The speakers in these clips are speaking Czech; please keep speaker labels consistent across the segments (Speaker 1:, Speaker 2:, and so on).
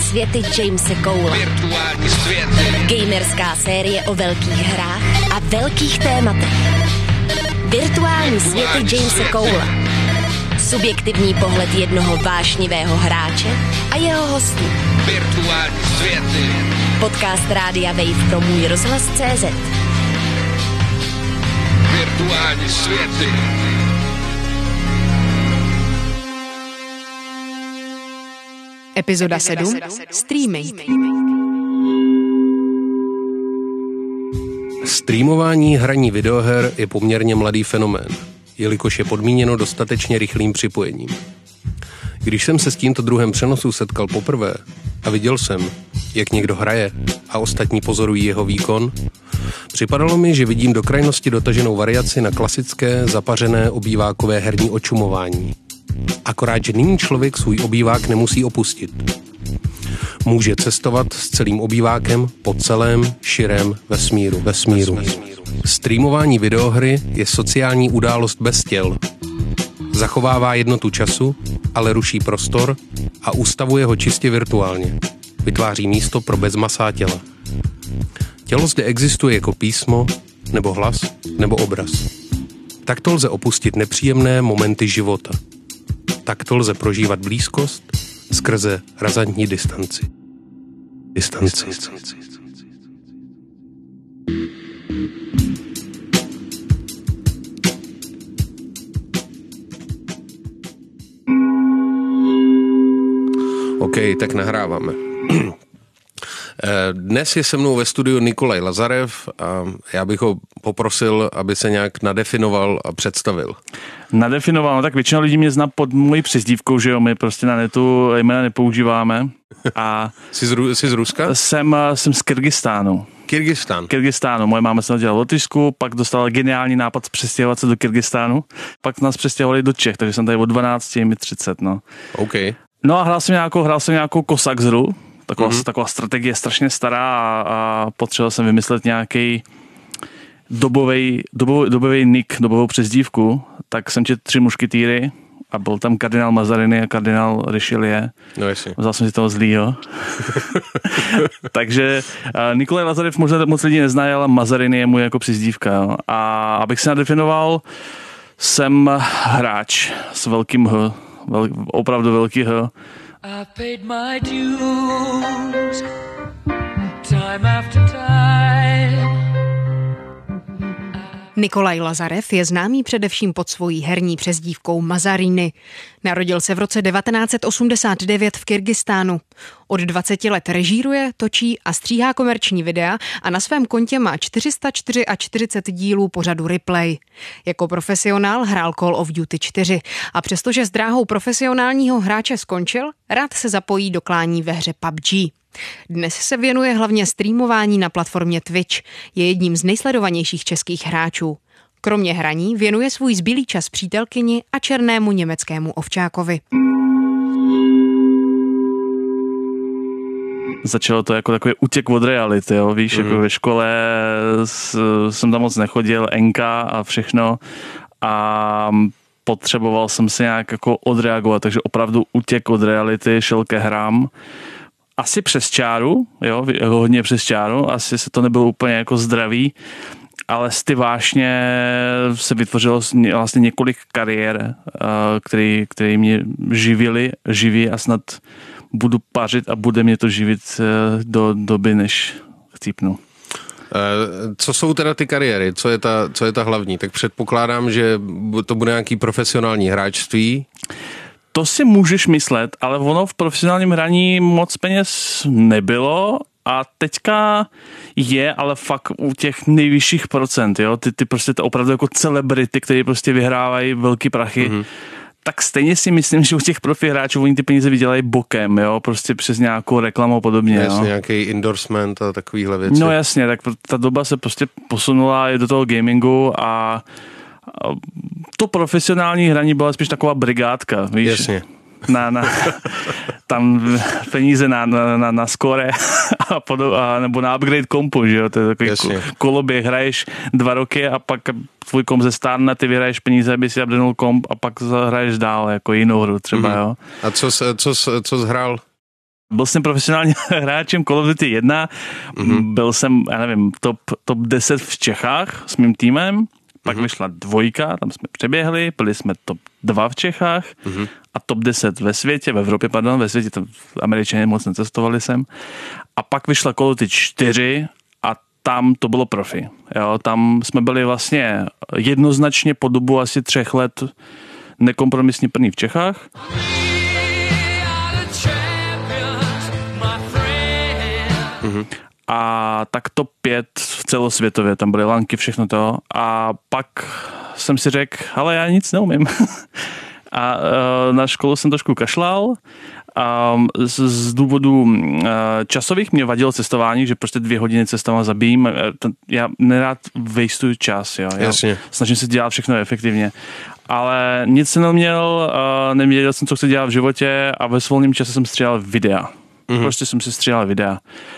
Speaker 1: světy Jamese Cowla.
Speaker 2: Virtuální světy.
Speaker 1: Gamerská série o velkých hrách a velkých tématech. Virtuální světy Jamese Cowla. Subjektivní pohled jednoho vášnivého hráče a jeho hostů.
Speaker 2: Virtuální světy.
Speaker 1: Podcast Rádia Wave pro Můj rozhlas.cz.
Speaker 2: Virtuální světy.
Speaker 3: Epizoda 7. Streaming.
Speaker 4: Streamování hraní videoher je poměrně mladý fenomén, jelikož je podmíněno dostatečně rychlým připojením. Když jsem se s tímto druhem přenosu setkal poprvé a viděl jsem, jak někdo hraje a ostatní pozorují jeho výkon, připadalo mi, že vidím do krajnosti dotaženou variaci na klasické zapařené obývákové herní očumování. Akorát, že nyní člověk svůj obývák nemusí opustit. Může cestovat s celým obývákem po celém širém vesmíru. Streamování videohry je sociální událost bez těl. Zachovává jednotu času, ale ruší prostor a ustavuje ho čistě virtuálně. Vytváří místo pro bezmasá těla. Tělo zde existuje jako písmo, nebo hlas, nebo obraz. Takto lze opustit nepříjemné momenty života. Takto lze prožívat blízkost skrze razantní distanci. OK, tak nahráváme. Dnes je se mnou ve studiu Nikolaj Lazarev a já bych ho poprosil, aby se nějak nadefinoval a představil.
Speaker 5: Nadefinoval, no tak většina lidí mě zná pod mojí přezdívkou, že jo, my prostě na netu jména nepoužíváme. A
Speaker 4: Jsi z Ruska?
Speaker 5: Jsem z Kyrgyzstánu. Kyrgyzstánu. Moje máma se narodila v Lotyšsku, pak dostala geniální nápad přestěhovat se do Kyrgyzstánu, pak nás přestěhovali do Čech, takže jsem tady od 12, mi 30, no.
Speaker 4: OK.
Speaker 5: No a hrál jsem nějakou Kosak hru, taková strategie strašně stará a potřeboval jsem vymyslet nějaký dobový nick, dobovou přezdívku, tak jsem četl 3 mušketýry a byl tam kardinál Mazarini a kardinál Richelieu.
Speaker 4: No jasně.
Speaker 5: Vzal jsem si toho zlýho. Takže Nikolaj Lazarev možná moc lidí nezná, ale Mazarini je můj jako přezdívka. Jo. A abych se nadefinoval, jsem hráč s velkým H, opravdu velký H.
Speaker 6: I paid my dues time after time.
Speaker 3: Nikolaj Lazarev je známý především pod svojí herní přezdívkou Mazarini. Narodil se v roce 1989 v Kyrgyzstánu. Od 20 let režíruje, točí a stříhá komerční videa a na svém kontě má 444 dílů pořadu Replay. Jako profesionál hrál Call of Duty 4 a přestože s dráhou profesionálního hráče skončil, rád se zapojí do klání ve hře PUBG. Dnes se věnuje hlavně streamování na platformě Twitch. Je jedním z nejsledovanějších českých hráčů. Kromě hraní věnuje svůj zbylý čas přítelkyni a černému německému ovčákovi.
Speaker 5: Začalo to jako takový útěk od reality, jo? Víš, jako ve škole jsem tam moc nechodil, NK a všechno a potřeboval jsem se nějak jako odreagovat, takže opravdu útěk od reality, šel ke hrám. Asi přes čáru, jo, hodně přes čáru, asi se to nebylo úplně jako zdravý, ale z ty vášně se vytvořilo vlastně několik kariér, které mě živí a snad budu pařit a bude mě to živit do doby, než chcípnu.
Speaker 4: Co jsou teda ty kariéry? Co je ta hlavní? Tak předpokládám, že to bude nějaký profesionální hráčství.
Speaker 5: To si můžeš myslet, ale ono v profesionálním hraní moc peněz nebylo a teďka je, ale fakt u těch nejvyšších procent, jo, ty prostě to opravdu jako celebrity, které prostě vyhrávají velký prachy, tak stejně si myslím, že u těch profi hráčů oni ty peníze vydělají bokem, jo, prostě přes nějakou reklamu a podobně.
Speaker 4: Jasně, nějaký endorsement a takovýhle věci.
Speaker 5: No jasně, tak ta doba se prostě posunula i do toho gamingu a to profesionální hraní byla spíš taková brigádka, víš?
Speaker 4: Jasně.
Speaker 5: Tam peníze na score nebo na upgrade kompu, že jo? To je takový koloběh, hraješ 2 roky a pak tvůj komp zestárne, ty vyhraješ peníze, aby si updatenul komp a pak zahraješ dál, jako jinou hru třeba, jo?
Speaker 4: A co jsi hrál?
Speaker 5: Byl jsem profesionálním hráčem Call of Duty 1, byl jsem, já nevím, top 10 v Čechách s mým týmem, pak vyšla 2, tam jsme přeběhli, byli jsme top 2 v Čechách a top 10 ve světě, v Evropě, ve světě, to Američané moc necestovali sem. A pak vyšla Call of Duty 4 a tam to bylo profi. Jo, tam jsme byli vlastně jednoznačně po dobu asi 3 let nekompromisně první v Čechách. A tak top 5 v celosvětově, tam byly lanky, všechno to. A pak jsem si řekl, ale já nic neumím. A na školu jsem trošku kašlal. Z důvodu časových mě vadilo cestování, že prostě 2 hodiny cestování zabijím. Já nerád wastuju čas. Jo. Já snažím se dělat všechno efektivně. Ale nic jsem neměl, nevěděl jsem, co chci dělat v životě a ve volném čase jsem střílel videa. Prostě jsem si střílel videa.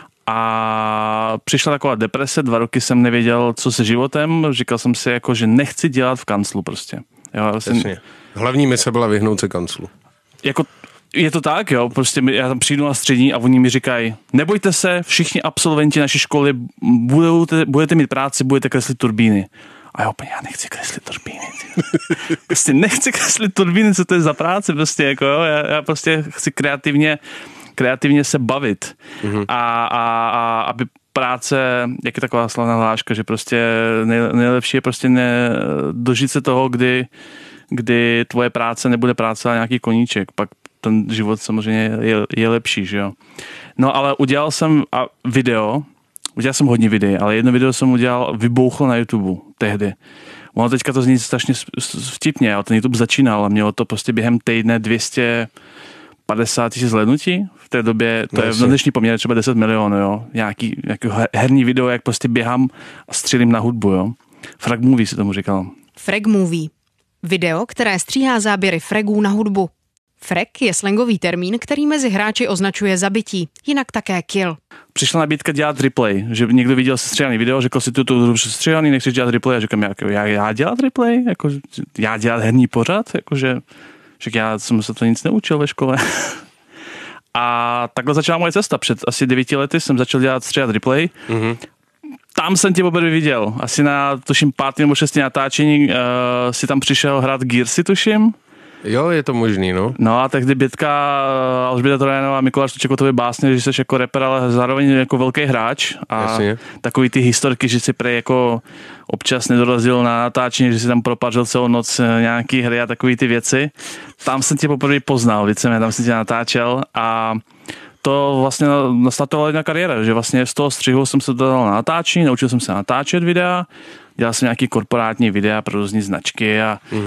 Speaker 5: A přišla taková deprese, 2 roky jsem nevěděl, co se životem, říkal jsem si, jako, že nechci dělat v kanclu prostě. Jo,
Speaker 4: vlastně. Hlavní mise byla vyhnout se kanclu.
Speaker 5: Jako, je to tak, jo, prostě já tam přijdu na střední a oni mi říkají, nebojte se, všichni absolventi naší školy budete mít práci, budete kreslit turbíny. A já úplně, já nechci kreslit turbíny. Prostě nechci kreslit turbíny, co to je za práce prostě, jako jo, já prostě chci kreativně se bavit. A aby práce, jak je taková slavná hláška, že prostě nejlepší je prostě dožít se toho, kdy tvoje práce nebude práce, ale nějaký koníček. Pak ten život samozřejmě je lepší, že jo. No ale udělal jsem hodně videí, ale jedno video jsem vybouchlo na YouTube tehdy. Ono teďka to zní strašně vtipně, ale ten YouTube začínal a mělo to prostě během týdne 250 000 zhlédnutí. V té době, to je v dnešní poměře třeba 10 milionů, jo. Nějaký herní video, jak prostě běhám a střílím na hudbu, jo. Frag movie se tomu říkal.
Speaker 3: Frag movie. Video, které stříhá záběry fragů na hudbu. Frag je slangový termín, který mezi hráči označuje zabití, jinak také kill.
Speaker 5: Přišla nabídka dělat replay, že někdo viděl sestříhaný video, řekl si tu sestříhaný, nechceš dělat replay, a říkám, já dělat replay, jako, já dělat herní pořad, jakože já jsem se to nic neučil ve škole. A takhle začala moje cesta. Před asi 9 lety jsem začal stříhat replay. Tam jsem tě poprvé viděl. Asi na, tuším, 5. nebo 6. natáčení si tam přišel hrát Gearsy, tuším.
Speaker 4: Jo, je to možný, no.
Speaker 5: No a tehdy Bětka, Alžběta Trojanová a Mikuláš Tučekotovi básně, že jsi jako rapper, ale zároveň jako velký hráč. A jasně. Takový ty historky, že si prej jako občas nedorazil na natáčení, že si tam propadl celou noc nějaký hry a takový ty věci. Tam jsem tě poprvé poznal, víceméně, tam jsem tě natáčel a to vlastně nastartovala jedna kariéra, že vlastně z toho střihu jsem se dodal na natáčení, naučil jsem se natáčet videa, dělal jsem nějaký korporátní videa pro různý značky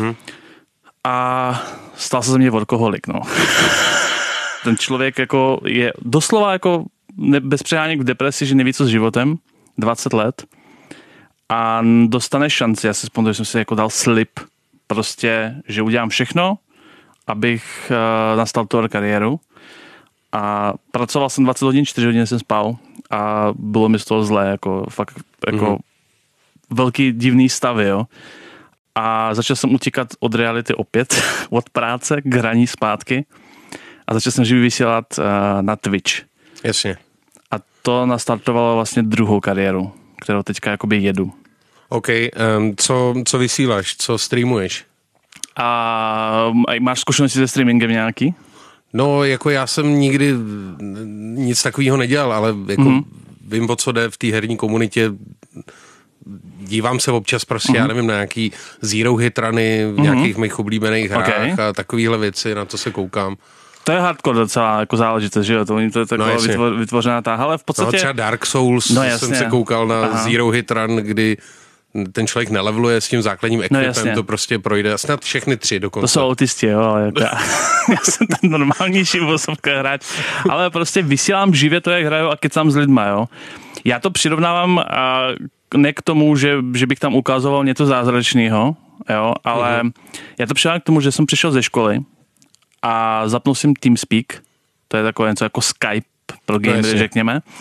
Speaker 5: a stal se ze mě workoholik, no. Ten člověk jako je doslova jako bez přeháněk v depresi, že neví co s životem, 20 let a dostane šanci, já si vzpomínám, že jsem si jako dal slib, prostě, že udělám všechno, abych nastal tu kariéru a pracoval jsem 20 hodin, 4 hodiny jsem spal a bylo mi z toho zlé, jako fakt jako velký divný stavy, jo. A začal jsem utíkat od reality opět, od práce k hraní zpátky a začal jsem živě vysílat na Twitch.
Speaker 4: Jasně.
Speaker 5: A to nastartovalo vlastně druhou kariéru, kterou teďka jakoby jedu.
Speaker 4: OK, co vysíláš, co streamuješ?
Speaker 5: A máš zkušenosti se streamingem nějaký?
Speaker 4: No, jako já jsem nikdy nic takového nedělal, ale jako vím, o co jde v té herní komunitě. Dívám se občas prostě, já nevím, na nějaký Zero Hit runy v nějakých mých oblíbených hrách a takovýhle věci, na to se koukám.
Speaker 5: To je hardcore docela jako záležitost, že jo? To je taková vytvořená ta, ale v podstatě...
Speaker 4: No, třeba Dark Souls jsem se koukal na Zero Hit run, kdy ten člověk neleveluje s tím základním equipem, to prostě projde. Snad všechny 3 dokonce.
Speaker 5: To jsou autisti, jo, ale já jsem ten normálnější vozovka hráč, ale prostě vysílám živě to, jak hraju a kecám s lidma, jo. Já to přirovnávám ne k tomu, že bych tam ukazoval něco zázračného, jo, ale já to přirovnám k tomu, že jsem přišel ze školy a zapnul jsem TeamSpeak, to je takové něco jako Skype pro gamery, řekněme,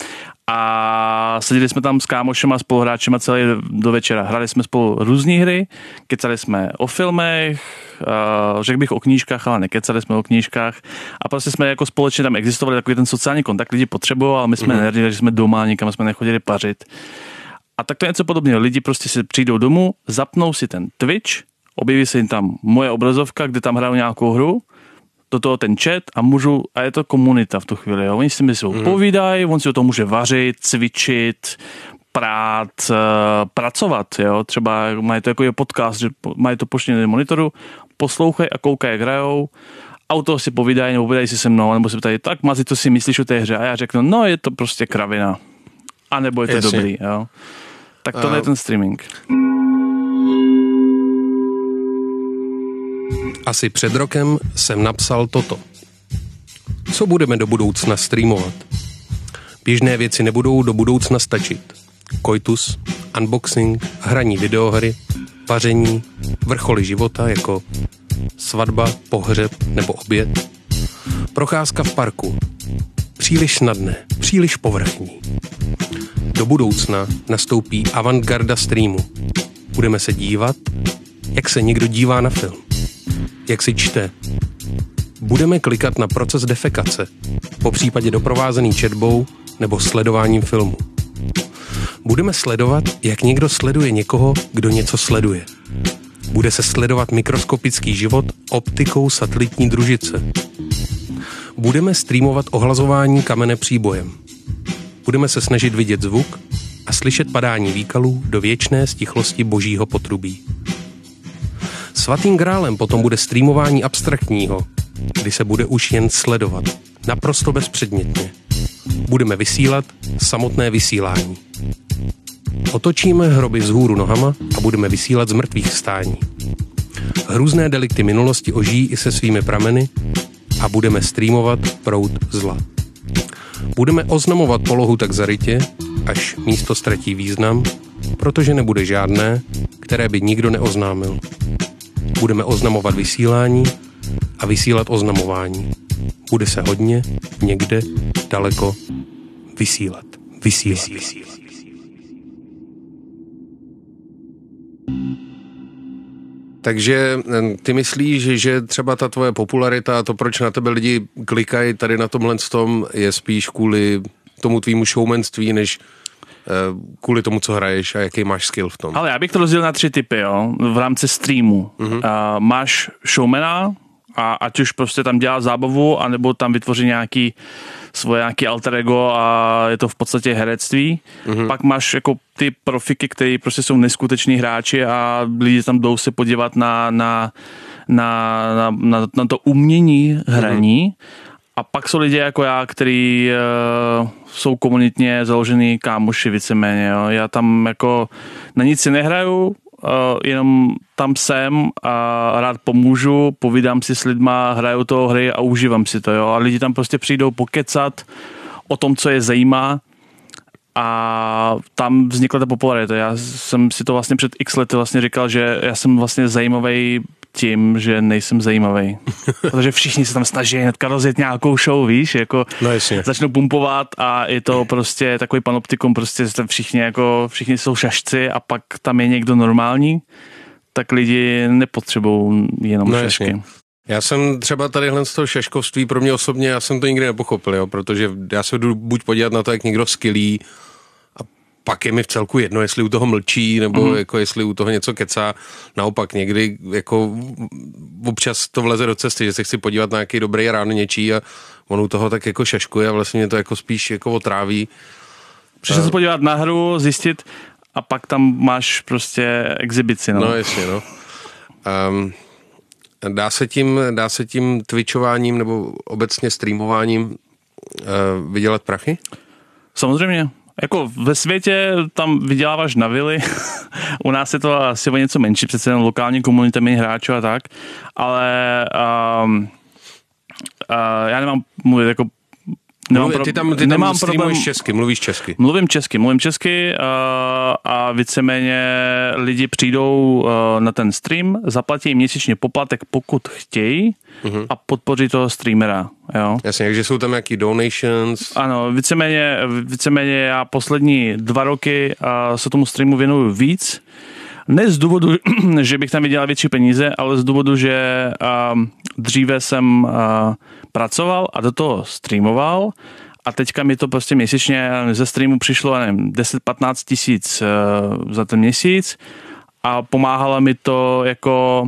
Speaker 5: A seděli jsme tam s kámošema, spoluhráčema celý do večera. Hrali jsme spolu různé hry, kecali jsme o filmech, řekl bych o knížkách, ale nekecali jsme o knížkách. A prostě jsme jako společně tam existovali, takový ten sociální kontakt lidi potřebovali, ale my jsme neradi, že jsme doma, nikam jsme nechodili pařit. A tak to je něco podobného. Lidi prostě si přijdou domů, zapnou si ten Twitch, objeví se jim tam moje obrazovka, kde tam hrajou nějakou hru, do toho ten chat a je to komunita v tu chvíli. Jo. Oni si mi povídají, on si o tom může vařit, cvičit, prát, pracovat. Jo. Třeba mají to jako podcast, že mají to poštěné do monitoru, poslouchají a koukají, jak hrajou, a u toho si povídají, nebo povídají si se mnou, nebo si ptají, tak Mazi, co si myslíš o té hře? A já řeknu, no je to prostě kravina. A nebo je to dobrý. Jo. Tak tohle je ten streaming.
Speaker 4: Asi před rokem jsem napsal toto. Co budeme do budoucna streamovat? Běžné věci nebudou do budoucna stačit. Koitus, unboxing, hraní videohry, vaření, vrcholy života jako svatba, pohřeb nebo oběd. Procházka v parku. Příliš snadné, příliš povrchní. Do budoucna nastoupí avantgarda streamu. Budeme se dívat, jak se někdo dívá na film. Jak si čte. Budeme klikat na proces defekace, popřípadě doprovázený četbou nebo sledováním filmu. Budeme sledovat, jak někdo sleduje někoho, kdo něco sleduje. Bude se sledovat mikroskopický život optikou satelitní družice. Budeme streamovat ohlazování kamene příbojem. Budeme se snažit vidět zvuk a slyšet padání výkalů do věčné stichlosti božího potrubí. Svatým grálem potom bude streamování abstraktního, kdy se bude už jen sledovat, naprosto bezpředmětně. Budeme vysílat samotné vysílání. Otočíme hroby vzhůru nohama a budeme vysílat z mrtvých vstání. Hrůzné delikty minulosti ožijí i se svými prameny a budeme streamovat proud zla. Budeme oznamovat polohu tak zarytě, až místo ztratí význam, protože nebude žádné, které by nikdo neoznámil. Budeme oznamovat vysílání a vysílat oznamování. Bude se hodně, někde, daleko vysílat. Takže ty myslíš, že třeba ta tvoje popularita, to, proč na tebe lidi klikají tady na tomhle tom, je spíš kvůli tomu tvýmu showmanství, než kvůli tomu, co hraješ a jaký máš skill v tom?
Speaker 5: Ale já bych to rozdělil na 3 typy, jo, v rámci streamu. Máš showmana, a ať už prostě tam dělá zábavu, anebo tam vytvoří nějaký alter ego a je to v podstatě herectví. Pak máš jako ty profiky, který prostě jsou neskuteční hráči a lidi tam jdou se podívat na to umění hraní. A pak jsou lidi jako já, kteří jsou komunitně založený kámoši víceméně. Jo. Já tam jako na nic si nehraju, jenom tam jsem a rád pomůžu, povídám si s lidma, hraju toho hry a užívám si to. Jo. A lidi tam prostě přijdou pokecat o tom, co je zajímá, a tam vznikla ta popularita. Já jsem si to vlastně před x lety vlastně říkal, že já jsem vlastně zajímavý tím, že nejsem zajímavý. Protože všichni se tam snaží hnedka rozjet nějakou show, víš, jako začnou pumpovat a je to prostě takový panoptikum, prostě všichni jsou šašci a pak tam je někdo normální, tak lidi nepotřebují jenom šašky. Jasně.
Speaker 4: Já jsem třeba tadyhle z toho šaškovství pro mě osobně, já jsem to nikdy nepochopil, jo, protože já se jdu buď podívat na to, jak někdo skillí, a pak je mi v celku jedno, jestli u toho mlčí, nebo jako jestli u toho něco kecá. Naopak někdy jako občas to vleze do cesty, že se chci podívat na nějaký dobrý rán něčí a on u toho tak jako šaškuje a vlastně mě to jako spíš jako otráví.
Speaker 5: Přišel se podívat na hru, zjistit a pak tam máš prostě exibici. No
Speaker 4: jasně, no. Dá se tím twitchováním nebo obecně streamováním vydělat prachy?
Speaker 5: Samozřejmě. Jako ve světě tam vyděláváš na vily. U nás je to asi o něco menší, přece jen lokální komunita, méně hráčů a tak. Ale já nemám mluvit jako
Speaker 4: Ty streamuješ česky, mluvíš česky.
Speaker 5: Mluvím česky a víceméně lidi přijdou na ten stream, zaplatí měsíčně poplatek, pokud chtějí, a podpoří toho streamera. Jo?
Speaker 4: Jasně, takže jsou tam nějaký donations.
Speaker 5: Ano, víceméně já poslední 2 roky se tomu streamu věnuju víc. Ne z důvodu, že bych tam vydělal větší peníze, ale z důvodu, že dříve jsem pracoval a do toho streamoval a teďka mi to prostě měsíčně ze streamu přišlo 10-15 tisíc za ten měsíc a pomáhalo mi to jako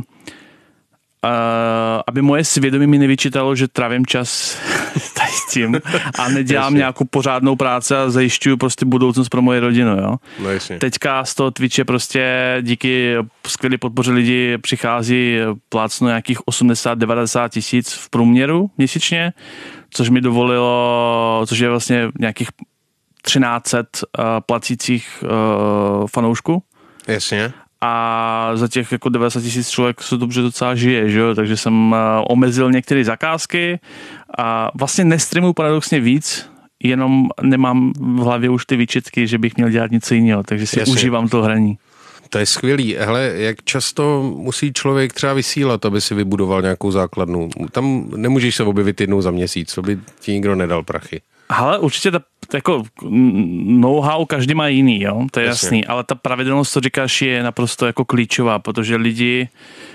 Speaker 5: aby moje svědomí mi nevyčítalo, že trávím čas tady s tím a nedělám nějakou pořádnou práci a zajišťuju prostě budoucnost pro moje rodinu, jo.
Speaker 4: No,
Speaker 5: teďka z toho Twitche prostě díky skvělé podpoře lidí přichází plácnu nějakých 80-90 tisíc v průměru měsíčně, což mi dovolilo, což je vlastně nějakých 1300 placících fanoušků.
Speaker 4: Jasně.
Speaker 5: A za těch jako 90 tisíc člověk se dobře docela žije, že jo? Takže jsem omezil některé zakázky a vlastně nestreamuju paradoxně víc, jenom nemám v hlavě už ty výčitky, že bych měl dělat něco jiného, takže si užívám to hraní. To
Speaker 4: je skvělý. Hele, jak často musí člověk třeba vysílat, aby si vybudoval nějakou základnu? Tam nemůžeš se objevit jednou za měsíc, to by ti nikdo nedal prachy.
Speaker 5: Ale určitě jako know-how každý má jiný, jo? To je jasný, ale ta pravidelnost, co říkáš, je naprosto jako klíčová, protože lidi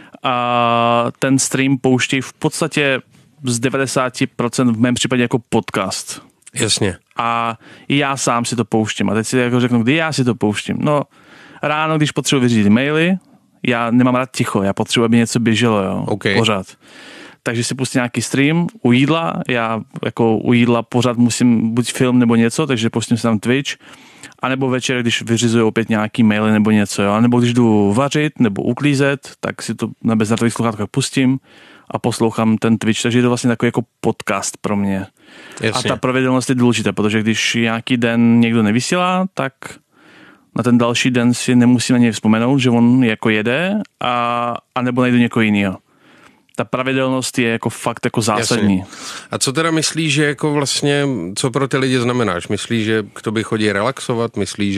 Speaker 5: ten stream pouštějí v podstatě z 90% v mém případě jako podcast.
Speaker 4: Jasně.
Speaker 5: A i já sám si to pouštím. A teď si jako řeknu, kdy já si to pouštím. No, ráno, když potřebuji vyřídit maily, já nemám rád ticho, já potřebuji, aby něco běželo, jo?
Speaker 4: Okay.
Speaker 5: Pořád. Takže si pustím nějaký stream u jídla, já jako u jídla pořád musím buď film nebo něco, takže pustím si tam Twitch, anebo večer, když vyřizuju opět nějaký maily nebo něco, jo? A nebo když jdu vařit nebo uklízet, tak si to na bezdrátových sluchátkách pustím a poslouchám ten Twitch, takže je to vlastně takový jako podcast pro mě. Jasně. A ta pravidelnost je důležitá, protože když nějaký den někdo nevysílá, tak na ten další den si nemusím na něj vzpomenout, že on jako jede a nebo najdu někoho jiného. Ta pravidelnost je jako fakt jako zásadní.
Speaker 4: Jasně. A co teda myslíš, že jako vlastně, co pro ty lidi znamenáš? Myslíš, že k tobě chodí relaxovat? Myslíš,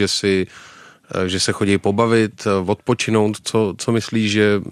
Speaker 4: že se chodí pobavit, odpočinout? Co myslíš, že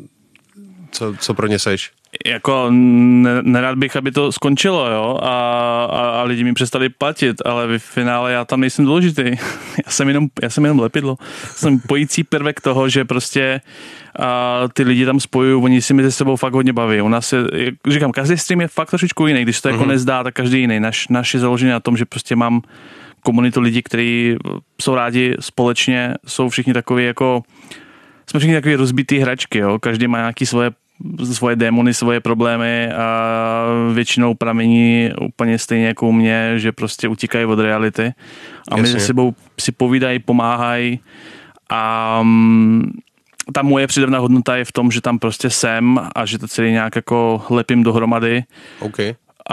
Speaker 4: co pro ně seš?
Speaker 5: Jako nerad bych, aby to skončilo, jo, a lidi mi přestali platit, ale v finále já tam nejsem důležitý. Já jsem jenom lepidlo. Jsem pojící prvek toho, že prostě ty lidi tam spojují, oni si mezi sebou fakt hodně baví. U nás říkám, každý stream je fakt trošičku jiný, když to jako nezdá, tak každý jiný. Naš je založený na tom, že prostě mám komunitu lidí, kteří jsou rádi společně, jsou všichni takový jako, jsme všichni takový rozbitý hračky, jo, každý má nějaký svoje démony, svoje problémy a většinou pramení úplně stejně jako u mě, že prostě utíkají od reality a mezi sebou si povídají, pomáhají a ta moje přidaná hodnota je v tom, že tam prostě jsem a že to celý nějak jako lepím dohromady.
Speaker 4: Okay.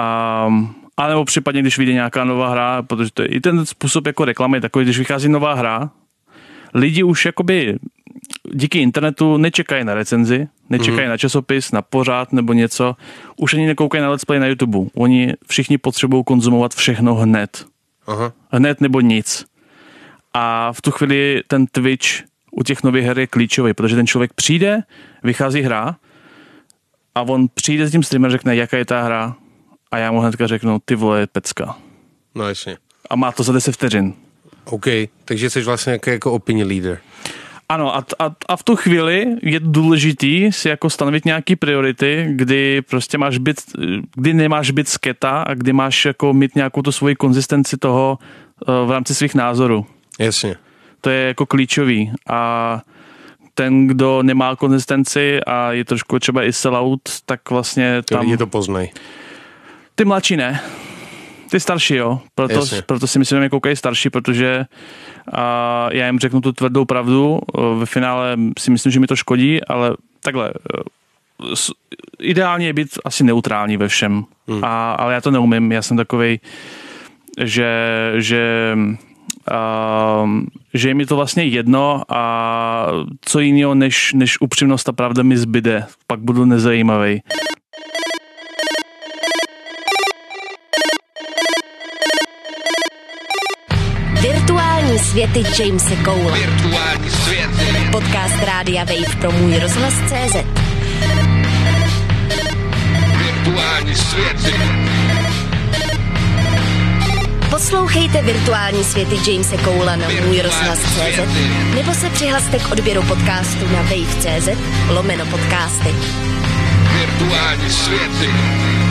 Speaker 5: A nebo případně, když vyjde nějaká nová hra, protože to je i ten způsob jako reklamy takový, když vychází nová hra, lidi už jakoby díky internetu nečekají na recenzi, nečekají na časopis, na pořád nebo něco. Už ani nekoukají na let's play na YouTube. Oni všichni potřebují konzumovat všechno hned.
Speaker 4: Aha.
Speaker 5: Hned nebo nic. A v tu chvíli ten Twitch u těch nových her je klíčový, protože ten člověk přijde, vychází hra a on přijde s tím streamerem, řekne, jaká je ta hra a já mu hnedka řeknu, ty vole, pecka.
Speaker 4: No jasně.
Speaker 5: A má to za 10 vteřin.
Speaker 4: OK, takže jsi vlastně jako opinion leader.
Speaker 5: Ano, a v tu chvíli je důležitý si jako stanovit nějaký priority, kdy prostě kdy nemáš být sketa a kdy máš jako mít nějakou tu svoji konzistenci toho v rámci svých názorů.
Speaker 4: Jasně.
Speaker 5: To je jako klíčový a ten, kdo nemá konzistenci a je trošku třeba i sellout, tak vlastně tam...
Speaker 4: Lidi to poznají.
Speaker 5: Ty mladší ne. Ty starší, jo. Proto si myslím, že mě koukají starší, protože já jim řeknu tu tvrdou pravdu. Ve finále si myslím, že mi to škodí, ale takhle. Ideálně je být asi neutrální ve všem. Ale já to neumím. Já jsem takovej, že je mi to vlastně jedno a co jiného než upřímnost a pravda mi zbyde. Pak budu nezajímavý.
Speaker 1: Virtuální světy Jamese Coula.
Speaker 2: Virtuální světy.
Speaker 1: Podcast Rádia Wave pro můj rozhlas.cz.
Speaker 2: Virtuální světy.
Speaker 1: Poslouchejte Virtuální světy Jamese Coula na můj rozhlas.cz nebo se přihlaste k odběru podcastu na wave.cz/podcasty.
Speaker 2: Virtuální světy.